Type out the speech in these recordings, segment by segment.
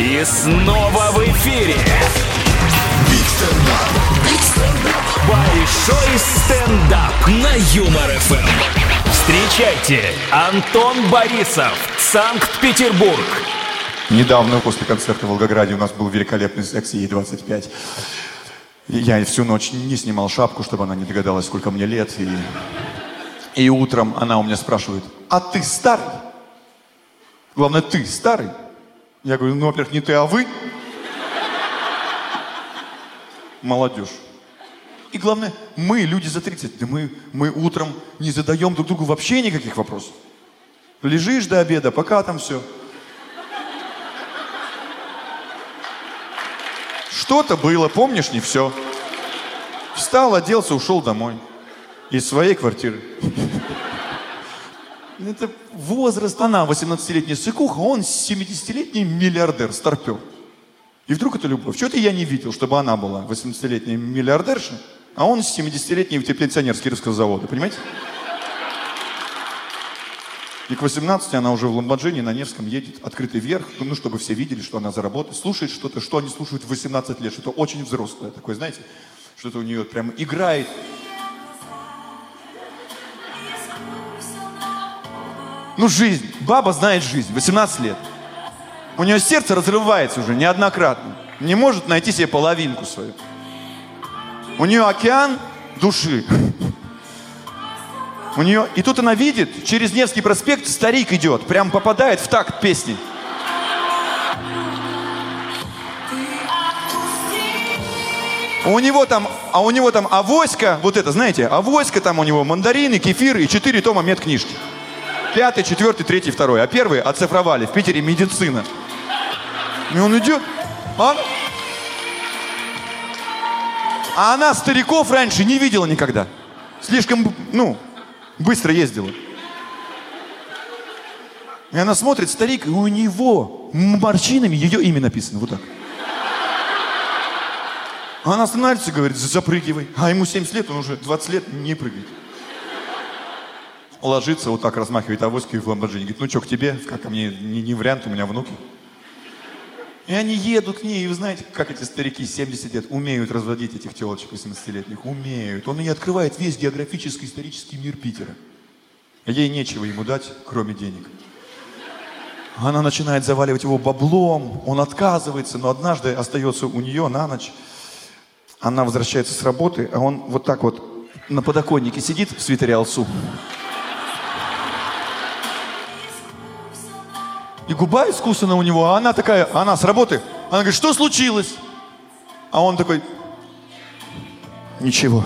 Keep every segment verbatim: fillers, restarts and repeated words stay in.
И снова в эфире большой стендап на Юмор эф эм. Встречайте, Антон Борисов, Санкт-Петербург. Недавно после концерта в Волгограде у нас был великолепный секс ей двадцать пять. Я всю ночь не снимал шапку, чтобы она не догадалась, сколько мне лет. И, и утром она у меня спрашивает: а ты старый? Главное, ты старый? Я говорю: ну, во-первых, не ты, а вы. Молодежь. И главное, мы, люди за тридцать, да мы, мы утром не задаем друг другу вообще никаких вопросов. Лежишь до обеда, пока там все. Что-то было, помнишь, не все. Встал, оделся, ушел домой. Из своей квартиры. Это возраст. Она восемнадцатилетняя сыкуха, он семидесятилетний миллиардер, старпер. И вдруг это любовь. Чего-то я не видел, чтобы она была восемнадцатилетняя миллиардерша, а он семидесятилетний пенсионер с Кировского завода, понимаете? И к восемнадцати она уже в Ламборджини на Невском едет, открытый верх, ну, чтобы все видели, что она заработает, слушает что-то, что они слушают в восемнадцать лет, что-то очень взрослое такое, знаете, что-то у нее прямо играет. Ну, жизнь, баба знает жизнь, восемнадцать лет. У нее сердце разрывается уже неоднократно, не может найти себе половинку свою. У нее океан души. У нее... И тут она видит, через Невский проспект старик идет, прям попадает в такт песни. У него там, а у него там авоська, вот это, знаете, авоська, там у него мандарины, кефир и четыре тома медкнижки. Пятый, четвертый, третий, второй. А первый оцифровали, в Питере медицина. И он идет, а... а она стариков раньше не видела никогда. Слишком, ну... быстро ездила. И она смотрит, старик, и у него морщинами ее имя написано, вот так. Она останавливается и говорит: запрыгивай. А ему семьдесят лет, он уже двадцать лет не прыгает. Ложится, вот так размахивает авоськой в Ламборджини. Говорит: ну что, к тебе? Как ко мне? Не, не вариант, у меня внуки. И они едут к ней, и вы знаете, как эти старики семьдесят лет умеют разводить этих телочек восемнадцатилетних, умеют. Он ей открывает весь географический, исторический мир Питера. Ей нечего ему дать, кроме денег. Она начинает заваливать его баблом, он отказывается, но однажды остается у нее на ночь. Она возвращается с работы, а он вот так вот на подоконнике сидит в свитере Алсу. И губа искусана у него, а она такая, она с работы, она говорит: что случилось? А он такой: ничего.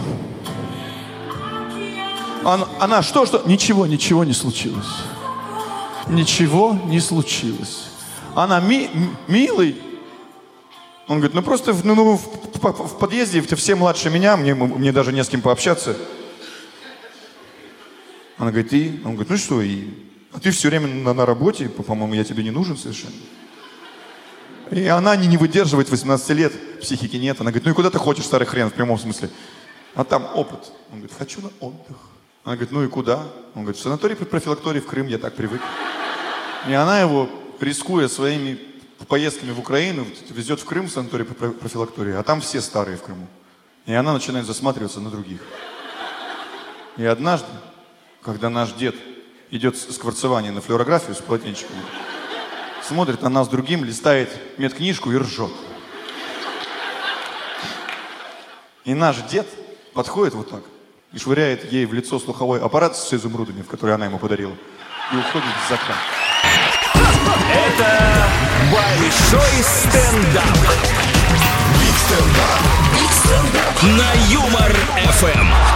Она, она что, что? Ничего, ничего не случилось. Ничего не случилось. Она ми, милый. Он говорит: ну просто в, ну, в, в, в подъезде все младше меня, мне, мне даже не с кем пообщаться. Она говорит: и? Он говорит: ну что, и... А ты все время на, на работе, по-моему, я тебе не нужен совершенно. И она не, не выдерживает, восемнадцати лет, психики нет. Она говорит: ну и куда ты хочешь, старый хрен, в прямом смысле? А там опыт. Он говорит: хочу на отдых. Она говорит: ну и куда? Он говорит: в санаторий, профилакторий, в Крым, я так привык. И она его, рискуя своими поездками в Украину, везет в Крым, в санаторий, профилакторий, а там все старые в Крыму. И она начинает засматриваться на других. И однажды, когда наш дед идет скворцевание на флюорографию с полотенчиком, смотрит на нас другим, листает медкнижку и ржет. И наш дед подходит вот так и швыряет ей в лицо слуховой аппарат с изумрудами, в который она ему подарила, и уходит в закат. Это большой стендап. Биг стендап. Биг стендап. На Юмор эф эм.